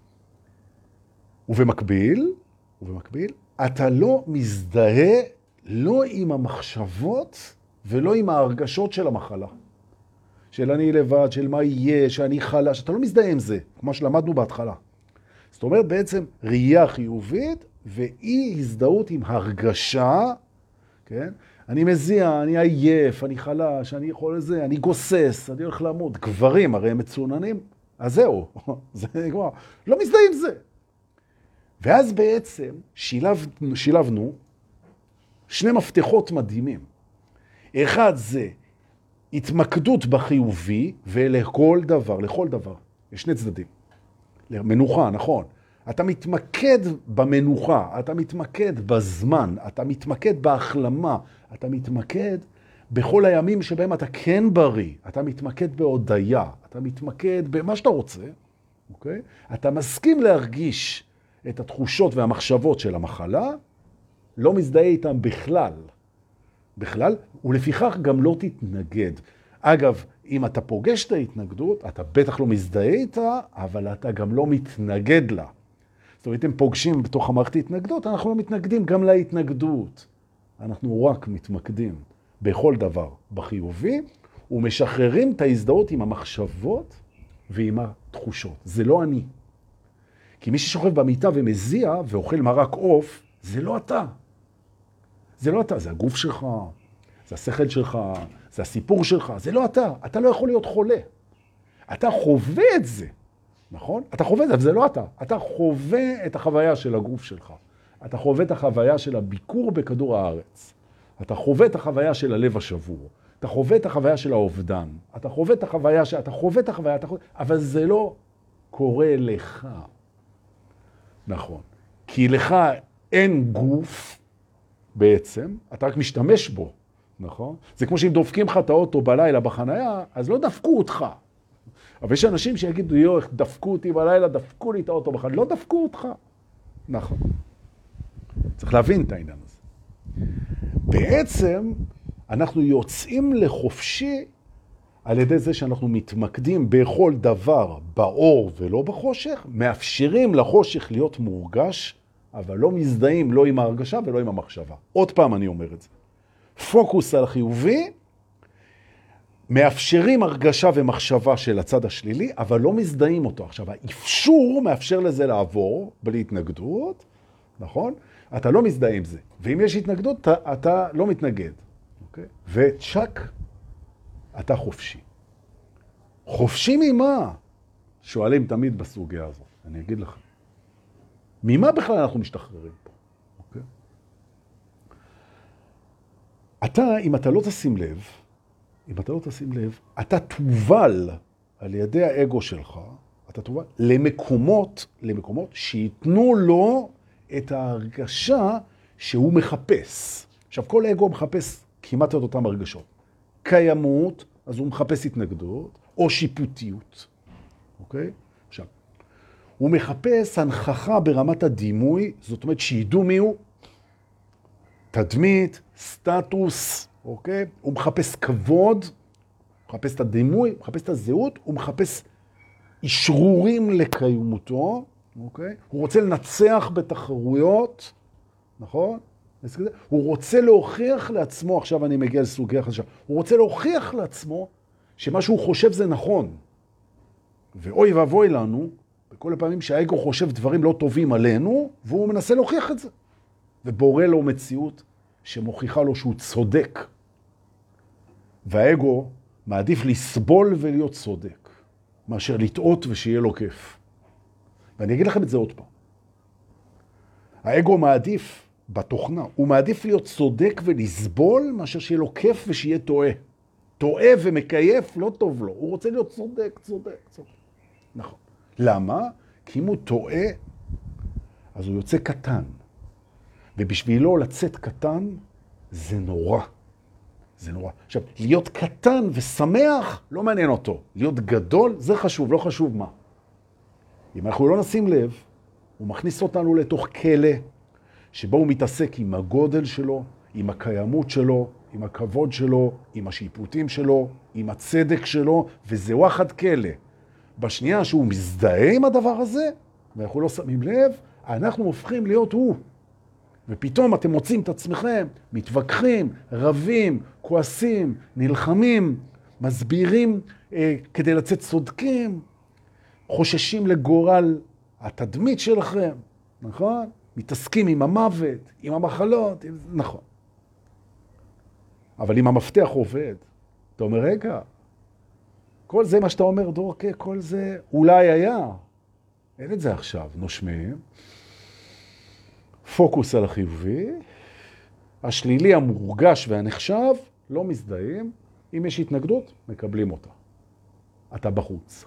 ובמקביל, ובמקביל, אתה לא מזדהה לא עם המחשבות ולא עם ההרגשות של המחלה. של אני לבד, של מה יהיה, שאני חלש, אתה לא מזדהה עם זה, כמו שלמדנו בהתחלה. זאת אומרת בעצם ראייה חיובית ואי הזדהות עם הרגשה, כן? אני מזיע, אני עייף, אני חלש, אני יכול לזה, אני גוסס, אני הולך לעמוד. גברים הרי הם מצוננים, אז זהו, זה כבר, לא מזדהה עם זה. ואז בעצם שילב, שילבנו שני מפתחות מדהימים. אחד זה התמקדות בחיובי ולכל דבר, לכל דבר. יש שני צדדים. מנוחה, נכון. אתה מתמקד במנוחה, אתה מתמקד בזמן, אתה מתמקד בהחלמה, אתה מתמקד בכל הימים שבהם אתה כן בריא, אתה מתמקד בהודיה, אתה מתמקד במה שאתה רוצה, אוקיי? אתה מסכים להרגיש את התחושות והמחשבות של המחלה, לא מזדהה איתם בכלל. בכלל, ולפיכך גם לא תתנגד. אגב, אם אתה פוגש את ההתנגדות, אתה בטח לא מזדהה איתה, אבל אתה גם לא מתנגד לה. זאת אומרת, אם פוגשים בתוך המערכת ההתנגדות, אנחנו לא מתנגדים גם להתנגדות. אנחנו רק מתמקדים בכל דבר בחיובי, ומשחררים את ההזדהות עם המחשבות ועם התחושות. זה לא אני. כי מי ששוכב במיטה ומזיע ואוכל מרק עוף, זה לא אתה. זה לא אתה, זה הגוף שלך, זה השכל שלך, זה הסיפור שלך, זה לא אתה. אתה לא יכול להיות חולה. אתה חווה את זה, נכון? אתה חווה את זה, אבל זה לא אתה. אתה חווה את החוויה של הגוף שלך. אתה חווה את החוויה של הביקור בכדור הארץ. אתה חווה את החוויה של הלב השבור. אתה חווה את החוויה של האובדן. אתה חווה את החוויה ש... אתה חווה את החוויה, אתה חווה... אבל זה לא קורה לך. נכון. כי לך אין גוף בעצם, אתה רק משתמש בו, נכון? זה כמו שאם דופקים לך את האוטו בלילה בחנייה, אז לא דפקו אותך. אבל יש אנשים שיגידו, יו, דפקו אותי בלילה, דפקו לי את האוטו בחנייה. לא דפקו אותך. נכון. צריך להבין את העניין הזה. בעצם אנחנו יוצאים לחופשי על ידי זה שאנחנו מתמקדים בכל דבר באור ולא בחושך, מאפשרים לחושך להיות מורגש, אבל לא מזדהים לא עם ההרגשה ולא עם המחשבה. עוד פעם אני אומר את זה. פוקוס על חיובי, מאפשרים הרגשה ומחשבה של הצד השלילי, אבל לא מזדהים אותו. עכשיו, האפשור מאפשר לזה לעבור בלי התנגדות, נכון? אתה לא מזדהה עם זה. ואם יש התנגדות, אתה, אתה לא מתנגד. אוקיי? וצ'ק, אתה חופשי. חופשי ממה? שואלים תמיד בסוגיה הזאת. אני אגיד לך. ממה בכלל אנחנו משתחררים פה? אוקיי? אתה, אם אתה לא תשים לב, אם אתה לא תשים לב, אתה תובל על ידי האגו שלך, אתה תובל למקומות, למקומות שיתנו לו את ההרגשה שהוא מחפש. עכשיו, כל האגו מחפש כמעט את אותם הרגשות. קיימות, אז הוא מחפש התנגדות, או שיפוטיות. אוקיי? עכשיו, הוא מחפש הנכחה ברמת הדימוי, זאת אומרת שידעו מי הוא, תדמית, סטטוס, אוקיי? הוא מחפש כבוד, הוא מחפש את הדימוי, הוא מחפש את הזהות, הוא מחפש אישרורים לקיימותו, אוקיי? הוא רוצה לנצח בתחרויות, נכון? הוא רוצה להוכיח לעצמו, עכשיו אני מגיע לסוגיה חדשה, הוא רוצה להוכיח לעצמו שמה שהוא חושב זה נכון. ואוי ואבוי לנו, בכל הפעמים שהאגו חושב דברים לא טובים עלינו, והוא מנסה להוכיח את זה. ובורא לו מציאות שמוכיחה לו שהוא צודק. והאגו מעדיף לסבול ולהיות צודק, מאשר לטעות ושיהיה לו כיף. ואני אגיד לכם את זה עוד פעם. האגו מעדיף בתוכנה, הוא מעדיף להיות צודק ולסבול, מאשר שיהיה לו כיף ושיהיה טועה. טועה ומקייף לא טוב לו, הוא רוצה להיות צודק, צודק, צודק. נכון. למה? כי אם הוא טועה, אז הוא יוצא קטן. ובשבילו לצאת קטן זה נורא. זה נורא. עכשיו, להיות קטן ושמח לא מעניין אותו. להיות גדול זה חשוב, לא חשוב מה. אם אנחנו לא נשים לב, הוא מכניס אותנו לתוך כלא, שבו הוא מתעסק עם הגודל שלו, עם הקיימות שלו, עם הכבוד שלו, עם השיפוטים שלו, עם הצדק שלו, וזה וואחד כלא. בשנייה שהוא מזדהה עם הדבר הזה, ואנחנו לא שמים לב, אנחנו הופכים להיות הוא. ופתאום אתם מוצאים את עצמכם, מתווכחים, רבים, כועסים, נלחמים, מסבירים אה, כדי לצאת צודקים, חוששים לגורל התדמית שלכם, נכון? מתעסקים עם המוות, עם המחלות, עם... נכון. אבל אם המפתח עובד, אתה אומר, רגע, כל זה מה שאתה אומר, דורקה, כל זה אולי היה. אין את זה עכשיו, נושמים. פוקוס על החיובי, השלילי המורגש והנחשב, לא מזדהים. אם יש התנגדות, מקבלים אותה. אתה בחוץ.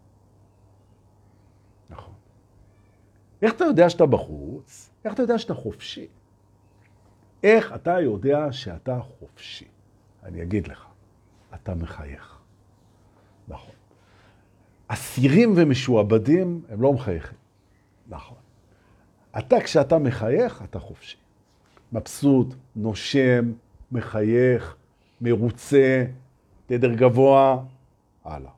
נכון. איך אתה יודע שאתה בחוץ? איך אתה יודע שאתה חופשי? איך אתה יודע שאתה חופשי? אני אגיד לך, אתה מחייך. נכון. אסירים ומשועבדים הם לא מחייכים. נכון. אתה, כשאתה מחייך, אתה חופשי. מבסוט, נושם, מחייך, מרוצה, תדר גבוה, הלאה.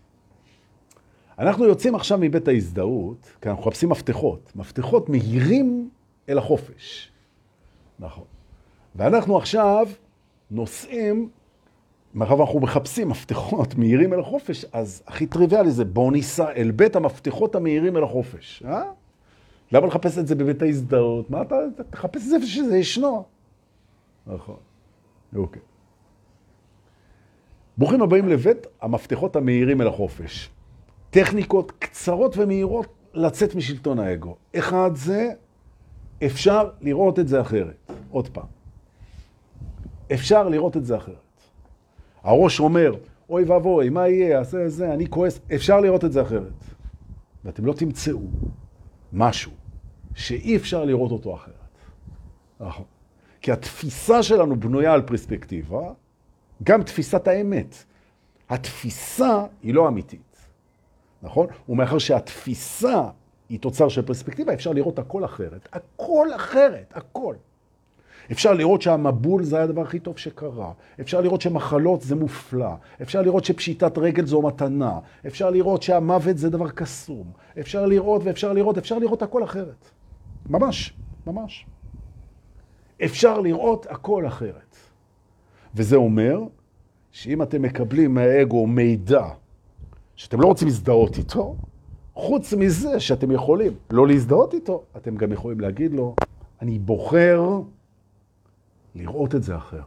אנחנו יוצאים עכשיו מבית ההזדהות, כי אנחנו חפשים מפתחות. מפתחות מהירים אל החופש. נכון. ואנחנו עכשיו נוסעים, מאחר אנחנו מחפשים מפתחות מהירים אל החופש, אז הכי טריוויאלי זה בואו ניסע אל בית המפתחות המהירים אל החופש. אה? למה לחפש את זה בבית ההזדהות? מה אתה, אתה תחפש את זה שזה ישנו? נכון. אוקיי. ברוכים הבאים לבית המפתחות המהירים אל החופש. טכניקות קצרות ומהירות לצאת משלטון האגו. אחד זה, אפשר לראות את זה אחרת. עוד פעם. אפשר לראות את זה אחרת. הראש אומר, אוי ואבוי, מה יהיה? עשה זה, אני כועס. אפשר לראות את זה אחרת. ואתם לא תמצאו משהו שאי אפשר לראות אותו אחרת. נכון. כי התפיסה שלנו בנויה על פרספקטיבה, גם תפיסת האמת. התפיסה היא לא אמיתית. נכון? ומאחר שהתפיסה היא תוצר של פרספקטיבה, אפשר לראות הכל אחרת. הכל אחרת, הכל. אפשר לראות שהמבול זה היה הדבר הכי טוב שקרה. אפשר לראות שמחלות זה מופלא. אפשר לראות שפשיטת רגל זו מתנה. אפשר לראות שהמוות זה דבר קסום. אפשר לראות ואפשר לראות, אפשר לראות הכל אחרת. ממש, ממש. אפשר לראות הכל אחרת. וזה אומר שאם אתם מקבלים מהאגו מידע שאתם לא רוצים להזדהות איתו, חוץ מזה שאתם יכולים לא להזדהות איתו, אתם גם יכולים להגיד לו, אני בוחר לראות את זה אחרת.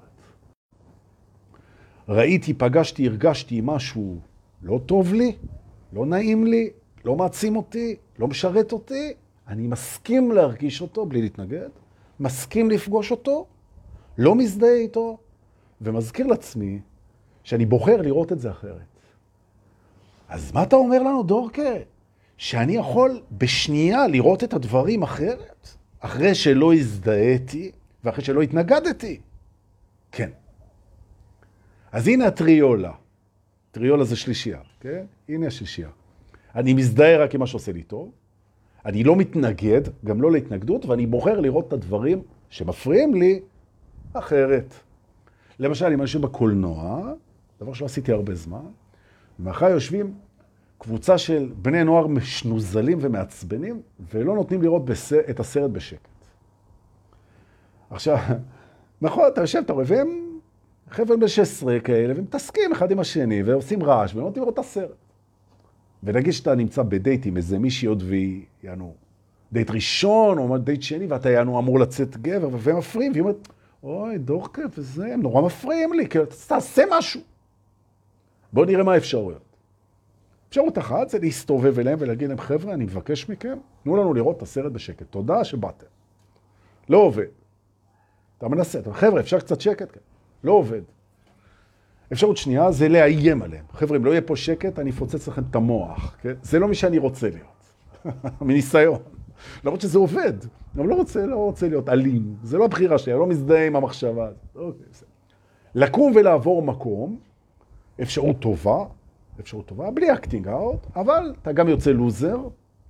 ראיתי, פגשתי, הרגשתי משהו לא טוב לי, לא נעים לי, לא מעצים אותי, לא משרת אותי, אני מסכים להרגיש אותו בלי להתנגד, מסכים לפגוש אותו, לא מזדהה איתו, ומזכיר לעצמי שאני בוחר לראות את זה אחרת. אז מה אתה אומר לנו, דורקה? שאני יכול בשנייה לראות את הדברים אחרת? אחרי שלא הזדהיתי ואחרי שלא התנגדתי? כן. אז הנה הטריולה. טריולה זה שלישייה, כן? הנה השלישייה. אני מזדהה רק עם מה שעושה לי טוב, אני לא מתנגד, גם לא להתנגדות, ואני בוחר לראות את הדברים שמפריעים לי אחרת. למשל, אם אני יושב בקולנוע, דבר שלא עשיתי הרבה זמן, ומאחר יושבים קבוצה של בני נוער משנוזלים ומעצבנים, ולא נותנים לראות בס... את הסרט בשקט. עכשיו, נכון, אתה יושב, אתה רואה, והם חבר'ה בני שש עשרה כאלה, והם מתעסקים אחד עם השני, ועושים רעש, ולא נותנים לראות את הסרט. ונגיד שאתה נמצא בדייט עם איזה מישהי עוד והיא, יענו, דייט ראשון, או דייט שני, ואתה יענו אמור לצאת גבר, והם מפריעים, והיא אומרת, אוי, דורקה, וזה, הם נורא מפריעים לי, כאילו, תעשה משהו. בואו נראה מה האפשרויות. אפשרות אחת זה להסתובב אליהם ולהגיד להם, חבר'ה, אני מבקש מכם, תנו לנו לראות את הסרט בשקט. תודה שבאתם. לא עובד. אתה מנסה, אתה אומר, חבר'ה, אפשר קצת שקט? כן. לא עובד. אפשרות שנייה זה לאיים עליהם. חבר'ה, אם לא יהיה פה שקט, אני אפוצץ לכם את המוח. כן? זה לא מי שאני רוצה להיות. מניסיון. למרות שזה עובד. אני לא רוצה, לא רוצה להיות אלים. זה לא הבחירה שלי, אני לא מזדהה עם המחשבה. אוקיי, בסדר. לקום ולעבור מקום, אפשרות טובה, אפשרות טובה, בלי אקטינג אאוט, אבל אתה גם יוצא לוזר,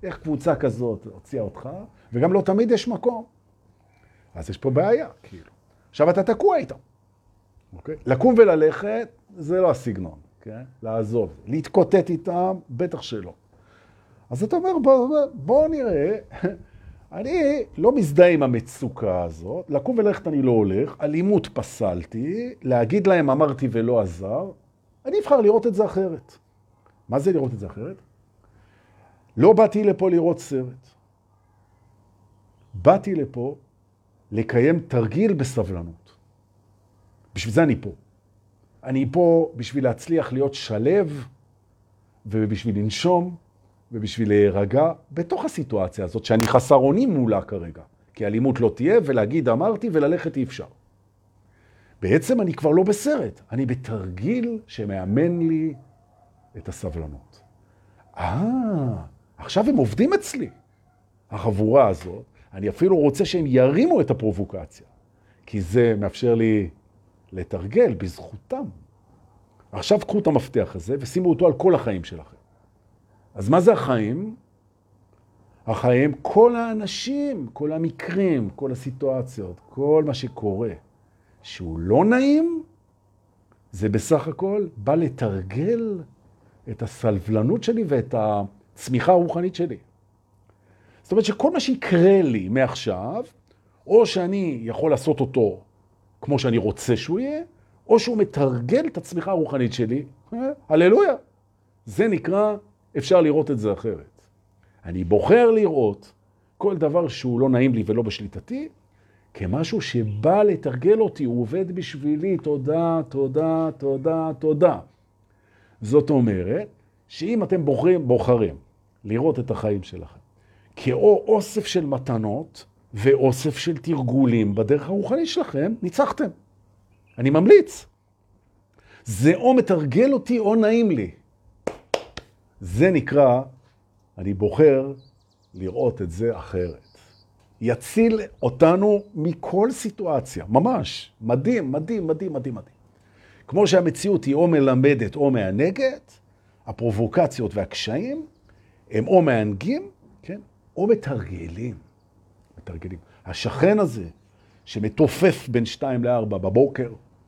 איך קבוצה כזאת הוציאה אותך, וגם לא תמיד יש מקום. אז יש פה בעיה, כאילו. עכשיו אתה תקוע איתם. אוקיי? לקום וללכת, זה לא הסגנון, כן? לעזוב. להתקוטט איתם, בטח שלא. אז אתה אומר, בוא, בוא נראה, אני לא מזדהה עם המצוקה הזאת, לקום וללכת אני לא הולך, אלימות פסלתי, להגיד להם אמרתי ולא עזר, אני אבחר לראות את זה אחרת. מה זה לראות את זה אחרת? לא באתי לפה לראות סרט. באתי לפה לקיים תרגיל בסבלנות. בשביל זה אני פה. אני פה בשביל להצליח להיות שלב, ובשביל לנשום, ובשביל להירגע בתוך הסיטואציה הזאת, שאני חסר אונים מולה כרגע. כי אלימות לא תהיה, ולהגיד אמרתי וללכת אי אפשר. בעצם אני כבר לא בסרט. אני בתרגיל שמאמן לי את הסבלנות. אה, עכשיו הם עובדים אצלי. החבורה הזאת, אני אפילו רוצה שהם ירימו את הפרובוקציה. כי זה מאפשר לי לתרגל בזכותם. עכשיו קחו את המפתח הזה ושימו אותו על כל החיים שלכם. אז מה זה החיים? החיים, כל האנשים, כל המקרים, כל הסיטואציות, כל מה שקורה, שהוא לא נעים, זה בסך הכל בא לתרגל את הסבלנות שלי ואת הצמיחה הרוחנית שלי. זאת אומרת שכל מה שיקרה לי מעכשיו, או שאני יכול לעשות אותו כמו שאני רוצה שהוא יהיה, או שהוא מתרגל את הצמיחה הרוחנית שלי, הללויה. זה נקרא, אפשר לראות את זה אחרת. אני בוחר לראות כל דבר שהוא לא נעים לי ולא בשליטתי, כמשהו שבא לתרגל אותי, הוא עובד בשבילי, תודה, תודה, תודה, תודה. זאת אומרת, שאם אתם בוחרים, בוחרים לראות את החיים שלכם, כאו אוסף של מתנות ואוסף של תרגולים בדרך הרוחנית שלכם, ניצחתם. אני ממליץ. זה או מתרגל אותי או נעים לי. זה נקרא, אני בוחר לראות את זה אחרת. יציל אותנו מכל סיטואציה, ממש. מדהים, מדהים, מדהים, מדהים, מדהים. כמו שהמציאות היא או מלמדת או מענגת, הפרובוקציות והקשיים הם או מענגים, כן? או מתרגלים. מתרגלים. השכן הזה שמתופף בין שתיים לארבע בבוקר,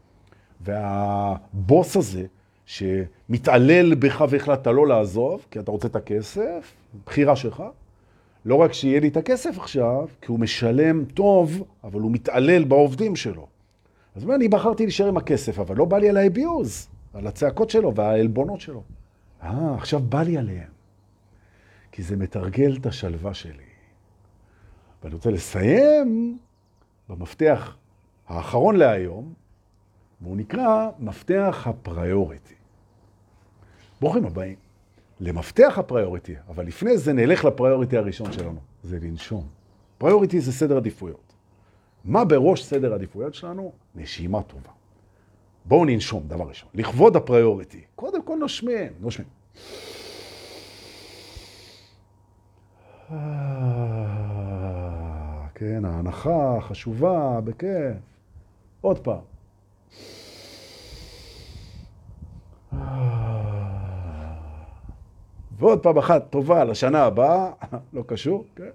והבוס הזה שמתעלל בך והחלטת לא לעזוב, כי אתה רוצה את הכסף, בחירה שלך, לא רק שיהיה לי את הכסף עכשיו, כי הוא משלם טוב, אבל הוא מתעלל בעובדים שלו. אז אומר, אני בחרתי להישאר עם הכסף, אבל לא בא לי על האביוז, על הצעקות שלו והעלבונות שלו. אה, עכשיו בא לי עליהם. כי זה מתרגל את השלווה שלי. ואני רוצה לסיים במפתח האחרון להיום, והוא נקרא מפתח הפריוריטי. ברוכים הבאים למפתח הפריוריטי, אבל לפני זה נלך לפריוריטי הראשון שלנו, זה לנשום. פריוריטי זה סדר עדיפויות. מה בראש סדר העדיפויות שלנו? נשימה טובה. בואו ננשום, דבר ראשון. לכבוד הפריוריטי. קודם כל נושמים, נושמים. כן, ההנחה חשובה, בכיף. עוד פעם. ועוד פעם אחת טובה לשנה הבאה, לא קשור, כן?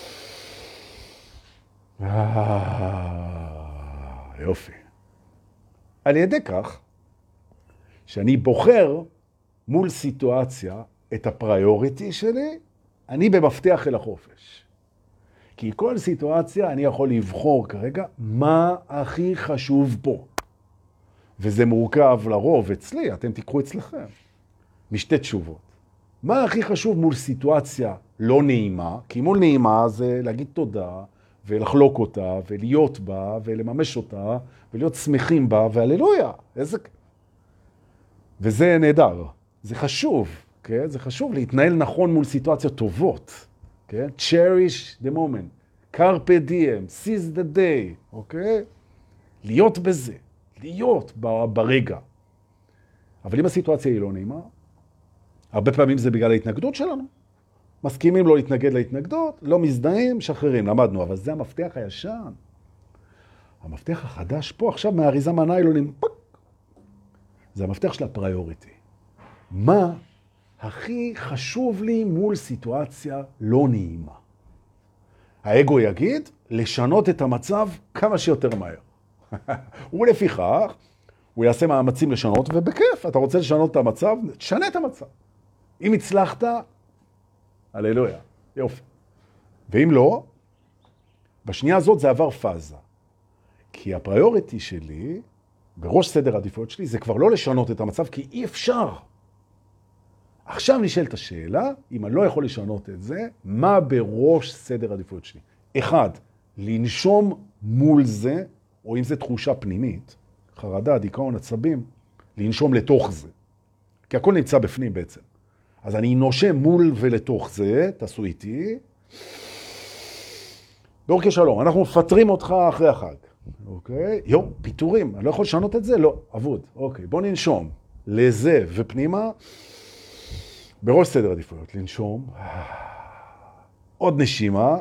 יופי. על ידי כך שאני בוחר מול סיטואציה את הפריוריטי שלי, אני במפתח אל החופש. כי כל סיטואציה אני יכול לבחור כרגע מה הכי חשוב פה. וזה מורכב לרוב אצלי, אתם תיקחו אצלכם. משתי תשובות. מה הכי חשוב מול סיטואציה לא נעימה? כי מול נעימה זה להגיד תודה, ולחלוק אותה, ולהיות בה, ולממש אותה, ולהיות שמחים בה, והללויה. איזה... וזה נהדר. זה חשוב, כן? זה חשוב להתנהל נכון מול סיטואציות טובות. כן? Cherish the moment. Carpe diem. Seize the day. אוקיי? להיות בזה. להיות ברגע. אבל אם הסיטואציה היא לא נעימה, הרבה פעמים זה בגלל ההתנגדות שלנו. מסכימים לא להתנגד להתנגדות, לא מזדהים, שחררים, למדנו, אבל זה המפתח הישן. המפתח החדש פה עכשיו מהאריזה מהניילונים, פק. זה המפתח של הפריוריטי. מה הכי חשוב לי מול סיטואציה לא נעימה. האגו יגיד, לשנות את המצב כמה שיותר מהר. ולפיכך, הוא יעשה מאמצים לשנות, ובכיף, אתה רוצה לשנות את המצב, תשנה את המצב. אם הצלחת, הללויה, יופי. ואם לא, בשנייה הזאת זה עבר פאזה. כי הפריוריטי שלי, בראש סדר העדיפויות שלי, זה כבר לא לשנות את המצב, כי אי אפשר. עכשיו נשאלת השאלה, אם אני לא יכול לשנות את זה, מה בראש סדר העדיפויות שלי? אחד, לנשום מול זה, או אם זה תחושה פנימית, חרדה, דיכאון, עצבים, לנשום לתוך זה. כי הכל נמצא בפנים בעצם. אז אני נושם מול ולתוך זה, תעשו איתי. דורקי שלום, אנחנו מפטרים אותך אחרי החג. אוקיי? יו, פיתורים, אני לא יכול לשנות את זה? לא, עבוד. אוקיי, בוא ננשום. לזה ופנימה, בראש סדר עדיפויות, לנשום. עוד נשימה.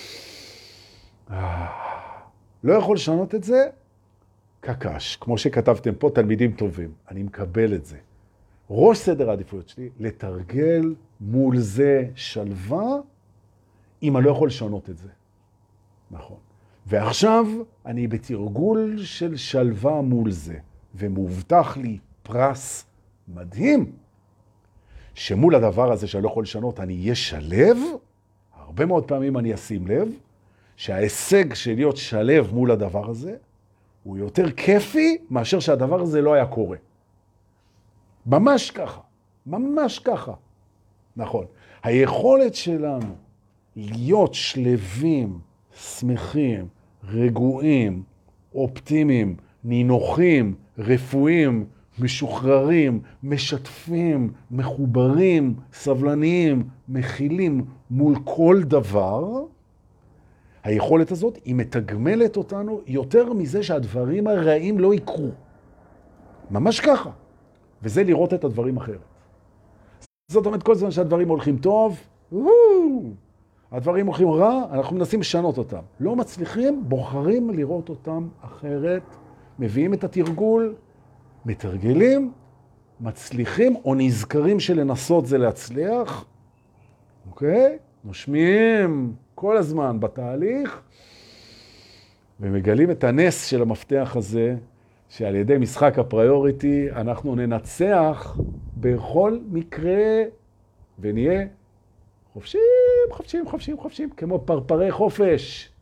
לא יכול לשנות את זה? קקש, כמו שכתבתם פה, תלמידים טובים. אני מקבל את זה. ראש סדר העדיפויות שלי, לתרגל מול זה שלווה, אם אני לא יכול לשנות את זה. נכון. ועכשיו אני בתרגול של שלווה מול זה, ומובטח לי פרס מדהים, שמול הדבר הזה שאני לא יכול לשנות, אני אהיה שלב, הרבה מאוד פעמים אני אשים לב, שההישג של להיות שלב מול הדבר הזה, הוא יותר כיפי מאשר שהדבר הזה לא היה קורה. ממש ככה, ממש ככה. נכון. היכולת שלנו להיות שלבים, שמחים, רגועים, אופטימיים, נינוחים, רפואיים, משוחררים, משתפים, מחוברים, סבלניים, מכילים מול כל דבר, היכולת הזאת היא מתגמלת אותנו יותר מזה שהדברים הרעים לא יקרו. ממש ככה. וזה לראות את הדברים אחרת. זאת אומרת, כל זמן שהדברים הולכים טוב, הדברים הולכים רע, אנחנו מנסים לשנות אותם. לא מצליחים, בוחרים לראות אותם אחרת, מביאים את התרגול, מתרגלים, מצליחים או נזכרים שלנסות זה להצליח, אוקיי? נושמים כל הזמן בתהליך, ומגלים את הנס של המפתח הזה, שעל ידי משחק הפריוריטי אנחנו ננצח בכל מקרה, ונהיה חופשים, חופשים, חופשים, חופשים, כמו פרפרי חופש.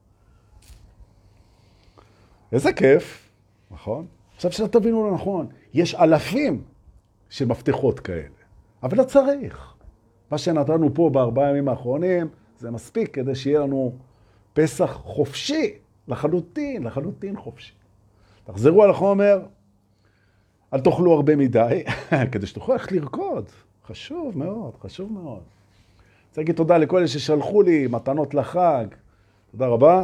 איזה כיף, נכון? עכשיו שלא תבינו נכון, יש אלפים של מפתחות כאלה, אבל לא צריך. מה שנתנו פה בארבעה ימים האחרונים, זה מספיק כדי שיהיה לנו פסח חופשי, לחלוטין, לחלוטין חופשי. תחזרו על החומר, אל תאכלו הרבה מדי, כדי שתוכלו איך לרקוד. חשוב מאוד, חשוב מאוד. רוצה להגיד תודה לכל אלה ששלחו לי מתנות לחג. תודה רבה.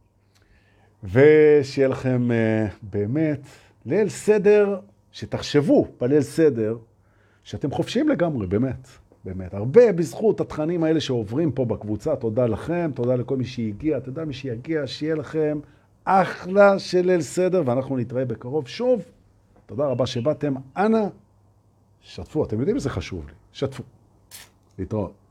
ושיהיה לכם uh, באמת ליל סדר, שתחשבו בליל סדר, שאתם חופשיים לגמרי, באמת. באמת. הרבה בזכות התכנים האלה שעוברים פה בקבוצה. תודה לכם, תודה לכל מי שהגיע. תודה מי שיגיע, שיהיה לכם אחלה של ליל סדר, ואנחנו נתראה בקרוב שוב. תודה רבה שבאתם. אנא, שתפו. אתם יודעים שזה חשוב לי. שתפו. להתראות.